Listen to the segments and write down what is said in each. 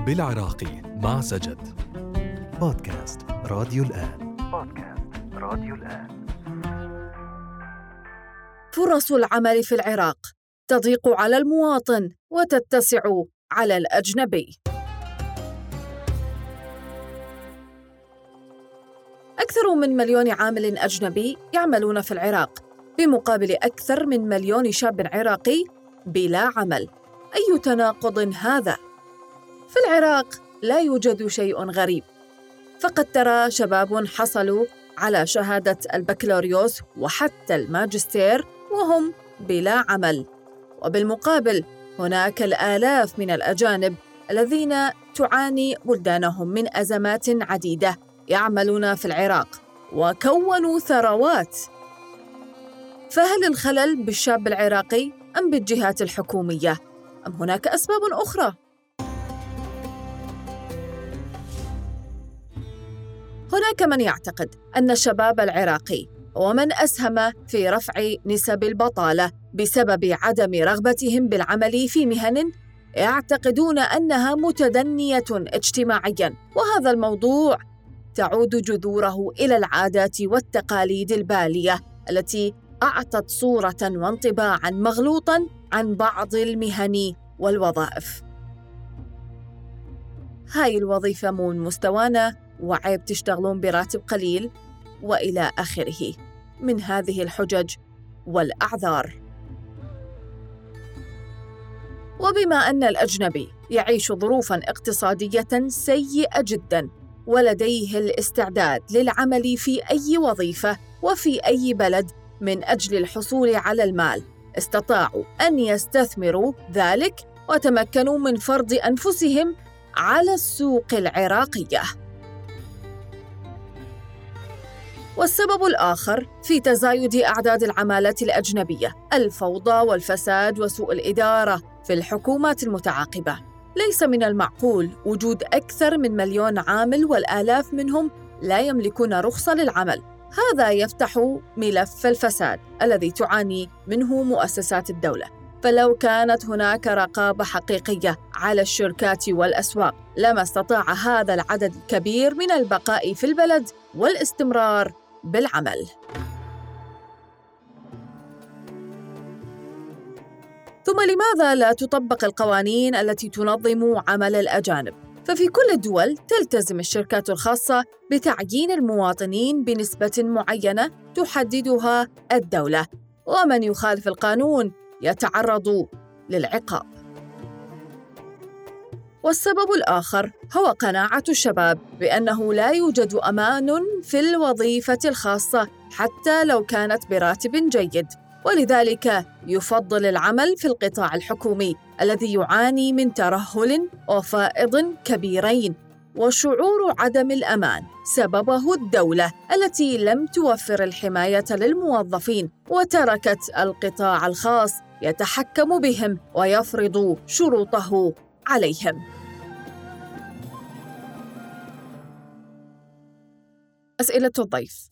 بالعراقي مع سجد. بودكاست راديو الآن. فرص العمل في العراق تضيق على المواطن وتتسع على الأجنبي. أكثر من 1,000,000 عامل أجنبي يعملون في العراق، بمقابل أكثر من 1,000,000 شاب عراقي بلا عمل. أي تناقض هذا؟ في العراق لا يوجد شيء غريب، فقد ترى شباب حصلوا على شهادة البكالوريوس وحتى الماجستير وهم بلا عمل، وبالمقابل هناك الآلاف من الأجانب الذين تعاني بلدانهم من أزمات عديدة يعملون في العراق وكونوا ثروات. فهل الخلل بالشاب العراقي أم بالجهات الحكومية؟ أم هناك أسباب أخرى؟ هناك من يعتقد أن الشباب العراقي هو من أسهم في رفع نسب البطالة بسبب عدم رغبتهم بالعمل في مهن يعتقدون أنها متدنية اجتماعياً، وهذا الموضوع تعود جذوره إلى العادات والتقاليد البالية التي أعطت صورة وانطباعاً مغلوطاً عن بعض المهن والوظائف. هاي الوظيفة مو من مستوانا، وعيب تشتغلون براتب قليل، وإلى آخره من هذه الحجج والأعذار. وبما أن الأجنبي يعيش ظروفاً اقتصادية سيئة جداً ولديه الاستعداد للعمل في أي وظيفة وفي أي بلد من أجل الحصول على المال، استطاعوا أن يستثمروا ذلك وتمكنوا من فرض أنفسهم على السوق العراقية. والسبب الآخر في تزايد أعداد العمالة الأجنبية الفوضى والفساد وسوء الإدارة في الحكومات المتعاقبة. ليس من المعقول وجود أكثر من 1,000,000 عامل والآلاف منهم لا يملكون رخصة للعمل. هذا يفتح ملف الفساد الذي تعاني منه مؤسسات الدولة. فلو كانت هناك رقابة حقيقية على الشركات والأسواق لما استطاع هذا العدد الكبير من البقاء في البلد والاستمرار بالعمل. ثم لماذا لا تطبق القوانين التي تنظم عمل الأجانب؟ ففي كل الدول تلتزم الشركات الخاصة بتعيين المواطنين بنسبة معينة تحددها الدولة، ومن يخالف القانون يتعرض للعقاب. والسبب الآخر هو قناعة الشباب بأنه لا يوجد أمان في الوظيفة الخاصة حتى لو كانت براتب جيد، ولذلك يفضل العمل في القطاع الحكومي الذي يعاني من ترهل وفائض كبيرين وشعور عدم الأمان سببه الدولة التي لم توفر الحماية للموظفين وتركت القطاع الخاص يتحكم بهم ويفرض شروطه عليهم. أسئلة الضيف: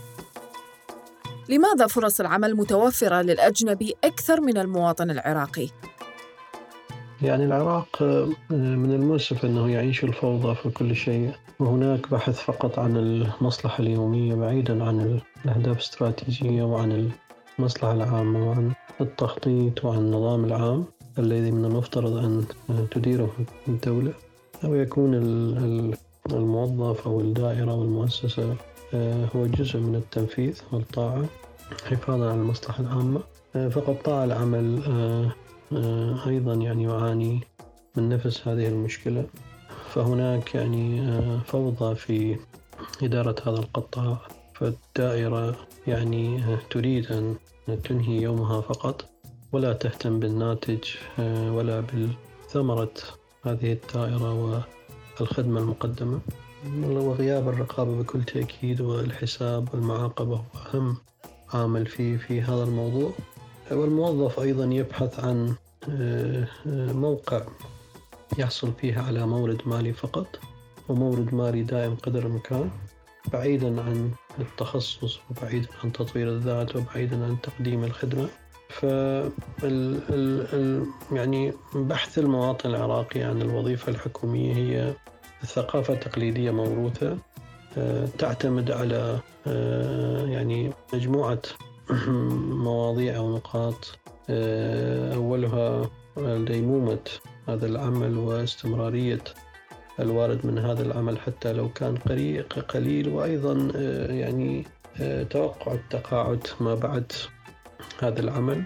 لماذا فرص العمل متوفرة للأجنبي أكثر من المواطن العراقي؟ يعني العراق من المؤسف أنه يعيش الفوضى في كل شيء، وهناك بحث فقط عن المصلحة اليومية بعيداً عن الأهداف الاستراتيجية وعن المصلحة العامة وعن التخطيط وعن النظام العام الذي من المفترض أن تديره الدولة، أو يكون الموظف أو الدائرة أو المؤسسة هو جزء من التنفيذ والطاعة حفاظاً على المصلحة العامة. فقطاع العمل أيضاً يعني يعاني من نفس هذه المشكلة، فهناك يعني فوضى في إدارة هذا القطاع، فالدائرة يعني تريد أن تنهي يومها فقط ولا تهتم بالناتج ولا بالثمرة هذه الدائرة والخدمة المقدمة. وغياب الرقابة بكل تأكيد والحساب والمعاقبة هو أهم عامل في هذا الموضوع. والموظف أيضا يبحث عن موقع يحصل فيه على مورد مالي فقط، ومورد مالي دائم قدر الإمكان، بعيدا عن التخصص وبعيدا عن تطوير الذات وبعيدا عن تقديم الخدمة. يعني بحث المواطن العراقي عن الوظيفة الحكومية هي الثقافة التقليدية موروثة، تعتمد على يعني مجموعة مواضيع أو نقاط، أولها ديمومة هذا العمل واستمرارية الوارد من هذا العمل حتى لو كان قليل، وأيضا يعني توقع التقاعد ما بعد هذا العمل،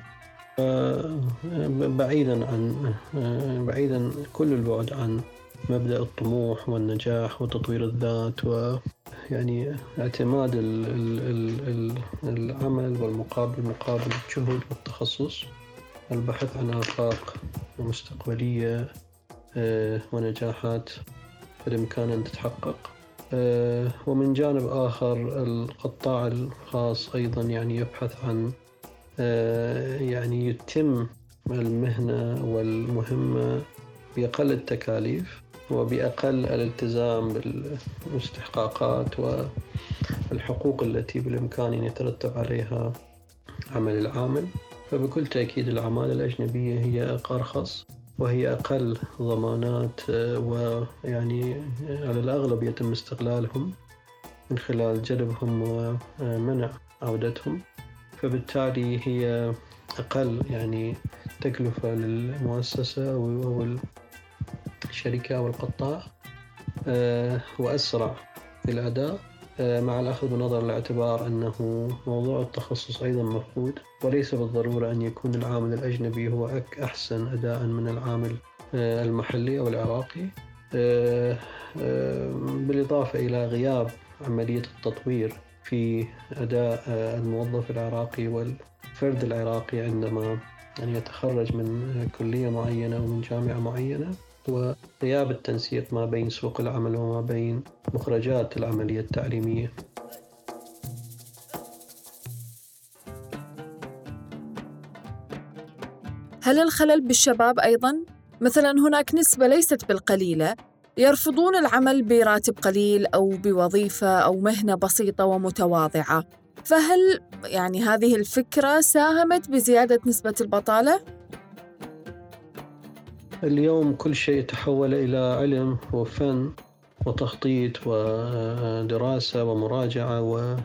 بعيدا كل البعد عن مبدأ الطموح والنجاح وتطوير الذات، ويعني اعتماد العمل والمقابل مقابل الجهد والتخصص، البحث عن آفاق ومستقبلية ونجاحات بالإمكان أن تتحقق. ومن جانب آخر القطاع الخاص أيضا يعني يبحث عن يعني يتم المهنة والمهمة بأقل التكاليف وبأقل الالتزام بالاستحقاقات والحقوق التي بالإمكان أن يترتب عليها عمل العامل. فبكل تأكيد الأعمال الأجنبية هي أرخص وهي أقل ضمانات، ويعني على الأغلب يتم استغلالهم من خلال جلبهم ومنع عودتهم، فبالتالي هي أقل يعني تكلفة للمؤسسة أو الشركة أو القطاع، وأسرع في الأداء، مع الأخذ بنظر الاعتبار أنه موضوع التخصص أيضا مفقود، وليس بالضرورة أن يكون العامل الأجنبي هو أحسن أداء من العامل المحلي أو العراقي، بالإضافة إلى غياب عملية التطوير في أداء الموظف العراقي والفرد العراقي عندما يعني يتخرج من كلية معينة أو من جامعة معينة، وغياب التنسيق ما بين سوق العمل وما بين مخرجات العملية التعليمية. هل الخلل بالشباب أيضاً؟ مثلاً هناك نسبة ليست بالقليلة يرفضون العمل براتب قليل أو بوظيفة أو مهنة بسيطة ومتواضعة، فهل يعني هذه الفكرة ساهمت بزيادة نسبة البطالة؟ اليوم كل شيء تحول إلى علم وفن وتخطيط ودراسة ومراجعة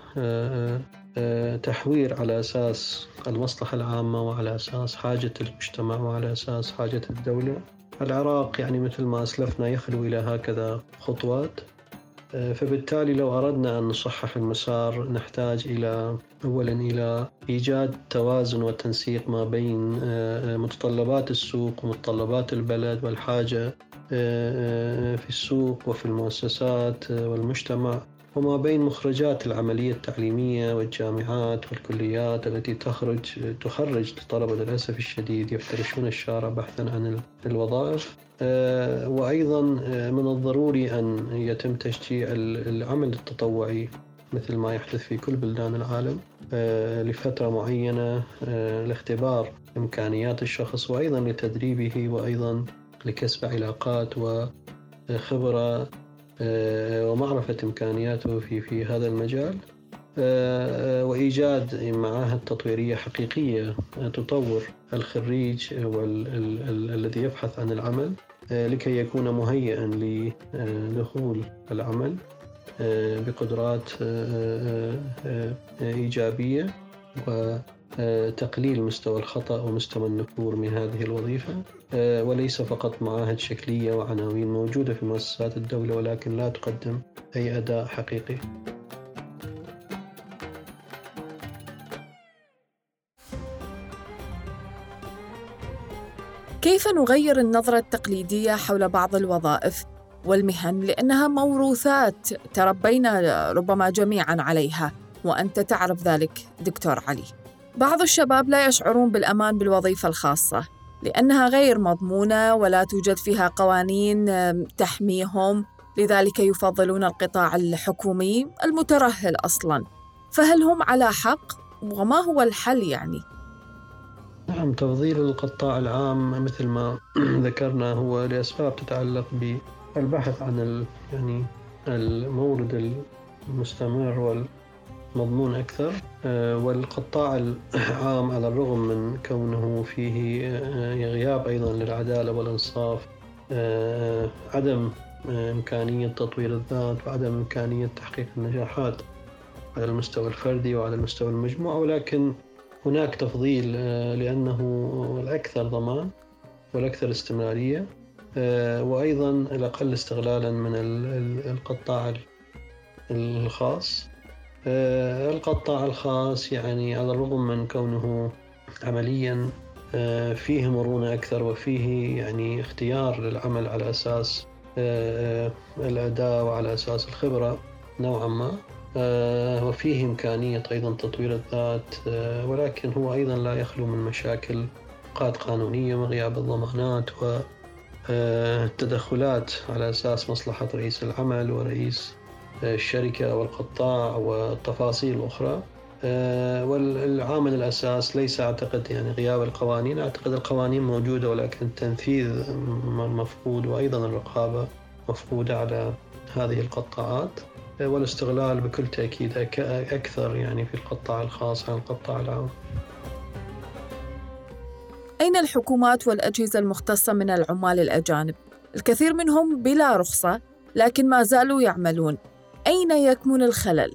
وتحوير على أساس المصلحة العامة وعلى أساس حاجة المجتمع وعلى أساس حاجة الدولة. العراق يعني مثل ما أسلفنا يخلو إلى هكذا خطوات، فبالتالي لو أردنا أن نصحح المسار نحتاج أولاً إلى إيجاد توازن وتنسيق ما بين متطلبات السوق ومتطلبات البلد والحاجة في السوق وفي المؤسسات والمجتمع، وما بين مخرجات العملية التعليمية والجامعات والكليات التي تخرج الطلبة للأسف الشديد يفترشون الشارع بحثاً عن الوظائف. وأيضاً من الضروري أن يتم تشجيع العمل التطوعي مثل ما يحدث في كل بلدان العالم لفترة معينة لاختبار إمكانيات الشخص وأيضاً لتدريبه وأيضاً لكسب علاقات وخبرة ومعرفة إمكانياته في هذا المجال، وإيجاد معاهد تطويرية حقيقية تطور الخريج الذي يبحث عن العمل لكي يكون مهيئاً لدخول العمل بقدرات إيجابية وتقليل مستوى الخطأ ومستوى النفور من هذه الوظيفة، وليس فقط معاهد شكلية وعناوين موجودة في مؤسسات الدولة ولكن لا تقدم أي أداء حقيقي. كيف نغير النظرة التقليدية حول بعض الوظائف والمهن لأنها موروثات تربينا ربما جميعاً عليها، وأنت تعرف ذلك دكتور علي؟ بعض الشباب لا يشعرون بالأمان بالوظيفة الخاصة لأنها غير مضمونة ولا توجد فيها قوانين تحميهم، لذلك يفضلون القطاع الحكومي المترهل أصلاً. فهل هم على حق؟ وما هو الحل يعني؟ نعم، تفضيل القطاع العام مثل ما ذكرنا هو لأسباب تتعلق بالبحث عن يعني المورد المستمر مضمون أكثر. والقطاع العام على الرغم من كونه فيه غياب أيضا للعدالة والإنصاف، عدم إمكانية تطوير الذات وعدم إمكانية تحقيق النجاحات على المستوى الفردي وعلى المستوى المجموعي، ولكن هناك تفضيل لأنه الأكثر ضمان والأكثر استمرارية، وأيضا الأقل استغلالا من القطاع الخاص. القطاع الخاص يعني على الرغم من كونه عمليا فيه مرونة أكثر وفيه يعني اختيار للعمل على أساس الأداء وعلى أساس الخبرة نوعا ما، وفيه إمكانية أيضا تطوير الذات، ولكن هو أيضا لا يخلو من مشاكل قانونية وغياب الضمانات والتدخلات على أساس مصلحة رئيس العمل ورئيس الشركة والقطاع والتفاصيل الأخرى. والعامل الأساس ليس أعتقد يعني غياب القوانين، أعتقد القوانين موجودة ولكن التنفيذ مفقود، وأيضا الرقابة مفقودة على هذه القطاعات، والاستغلال بكل تأكيد أكثر يعني في القطاع الخاص عن القطاع العام. أين الحكومات والأجهزة المختصة من العمال الأجانب؟ الكثير منهم بلا رخصة لكن ما زالوا يعملون. أين يكمن الخلل؟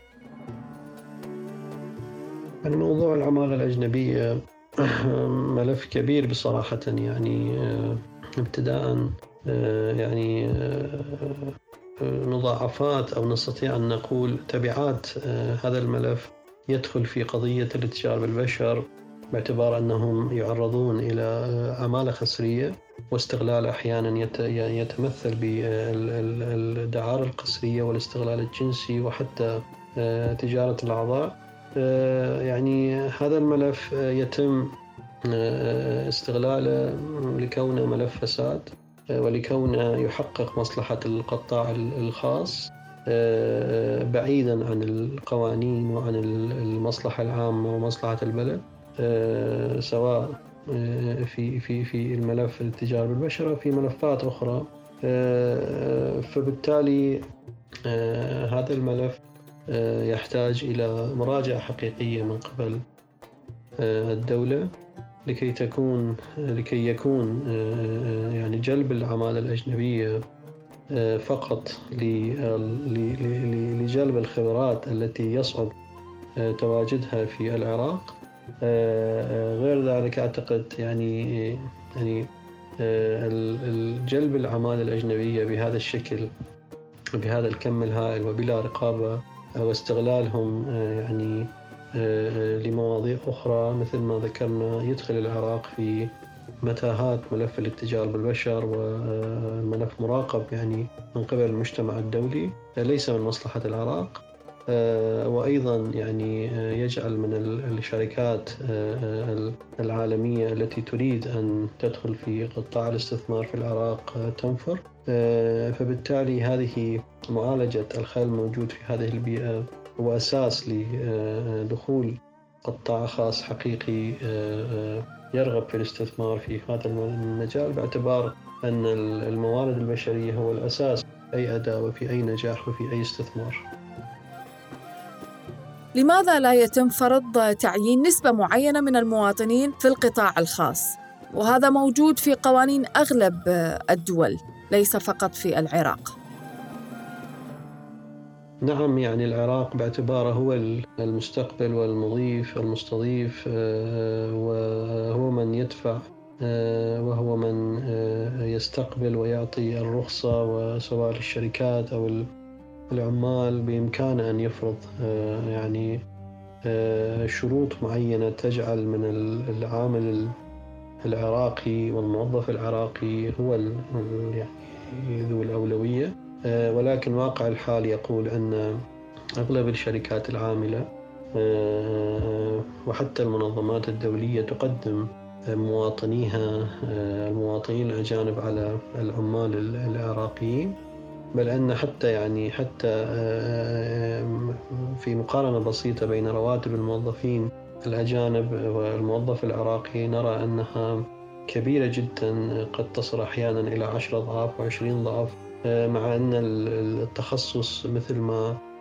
يعني موضوع العمالة الأجنبية ملف كبير بصراحة، يعني ابتداء يعني مضاعفات أو نستطيع أن نقول تبعات هذا الملف يدخل في قضية الاتجار بالبشر، باعتبار أنهم يعرضون إلى عمالة خسرية واستغلال أحيانا يتمثل بالدعارة القسرية والاستغلال الجنسي وحتى تجارة الأعضاء. يعني هذا الملف يتم استغلاله لكونه ملف فساد ولكونه يحقق مصلحة القطاع الخاص بعيدا عن القوانين وعن المصلحة العامة ومصلحة البلد، سواء في الملف الاتجار بالبشر أو في ملفات أخرى. فبالتالي هذا الملف يحتاج إلى مراجعة حقيقية من قبل الدولة لكي يكون يعني جلب العمالة الأجنبية فقط لجلب الخبرات التي يصعب تواجدها في العراق. غير ذلك أعتقد يعني الجلب العمالة الأجنبية بهذا الشكل وبهذا الكم الهائل وبلا رقابة واستغلالهم يعني لمواضيع أخرى مثل ما ذكرنا يدخل العراق في متاهات ملف الاتجار بالبشر وملف مراقب يعني من قبل المجتمع الدولي ليس من مصلحة العراق، وأيضا يعني يجعل من الشركات العالمية التي تريد أن تدخل في قطاع الاستثمار في العراق تنفر. فبالتالي هذه معالجة الخلل الموجود في هذه البيئة هو أساس لدخول قطاع خاص حقيقي يرغب في الاستثمار في هذا المجال، باعتبار أن الموارد البشرية هو الأساس في أي أداء وفي أي نجاح وفي أي استثمار. لماذا لا يتم فرض تعيين نسبة معينة من المواطنين في القطاع الخاص؟ وهذا موجود في قوانين أغلب الدول ليس فقط في العراق. نعم، يعني العراق باعتباره هو المستقبل والمضيف المستضيف، وهو من يدفع وهو من يستقبل ويعطي الرخصة، وسواء للشركات أو العمال بإمكانه أن يفرض يعني شروط معينة تجعل من العامل العراقي والموظف العراقي هو يعني ذو الأولوية. ولكن واقع الحال يقول أن أغلب الشركات العاملة وحتى المنظمات الدولية تقدم مواطنين الأجانب على العمال العراقيين، بل أن حتى في مقارنة بسيطة بين رواتب الموظفين الأجانب والموظف العراقي نرى أنها كبيرة جدا، قد تصل أحيانا إلى 10 أضعاف و20 ضعف، مع أن التخصص مثل ما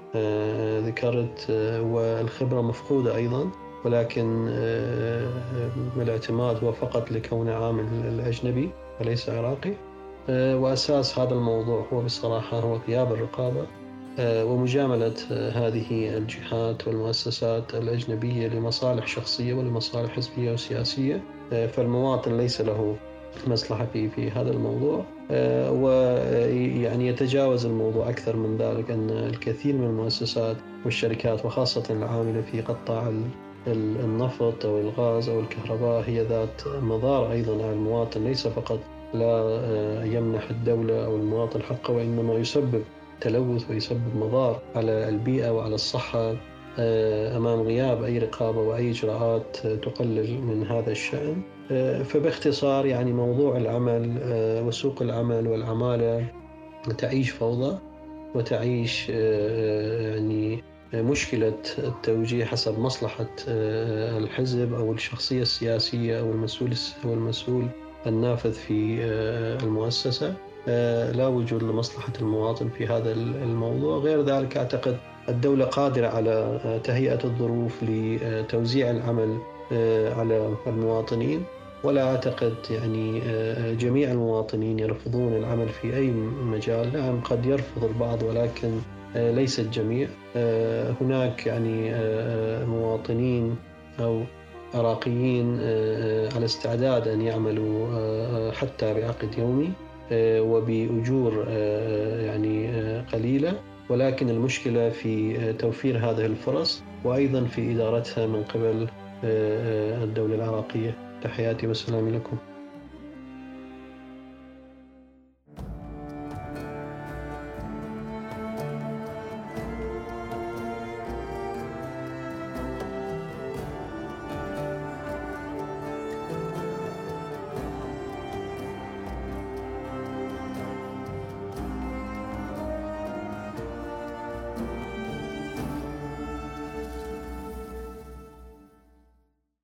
ذكرت، والخبرة مفقودة أيضا، ولكن الاعتماد هو فقط لكونه عامل الأجنبي وليس عراقي. وأساس هذا الموضوع هو بصراحة هو غياب الرقابة ومجاملة هذه الجهات والمؤسسات الأجنبية لمصالح شخصية ولمصالح حزبية وسياسية. فالمواطن ليس له مصلحة في هذا الموضوع، ويعني يتجاوز الموضوع أكثر من ذلك، أن الكثير من المؤسسات والشركات وخاصة العاملة في قطاع النفط أو الغاز أو الكهرباء هي ذات مضار أيضا على المواطن، ليس فقط لا يمنح الدولة أو المواطن حقه، وإنما يسبب تلوث ويسبب مضار على البيئة وعلى الصحة أمام غياب أي رقابة وأي إجراءات تقلل من هذا الشأن. فباختصار يعني موضوع العمل وسوق العمل والعمالة تعيش فوضى وتعيش يعني مشكلة التوجيه حسب مصلحة الحزب أو الشخصية السياسية أو المسؤول النافذ في المؤسسة. لا وجود لمصلحة المواطن في هذا الموضوع. غير ذلك أعتقد الدولة قادرة على تهيئة الظروف لتوزيع العمل على المواطنين، ولا أعتقد يعني جميع المواطنين يرفضون العمل في أي مجال. نعم قد يرفض البعض ولكن ليس الجميع. هناك يعني مواطنين أو عراقيين على استعداد أن يعملوا حتى بعقد يومي وبأجور يعني قليلة، ولكن المشكلة في توفير هذه الفرص وأيضا في إدارتها من قبل الدولة العراقية. تحياتي والسلام لكم.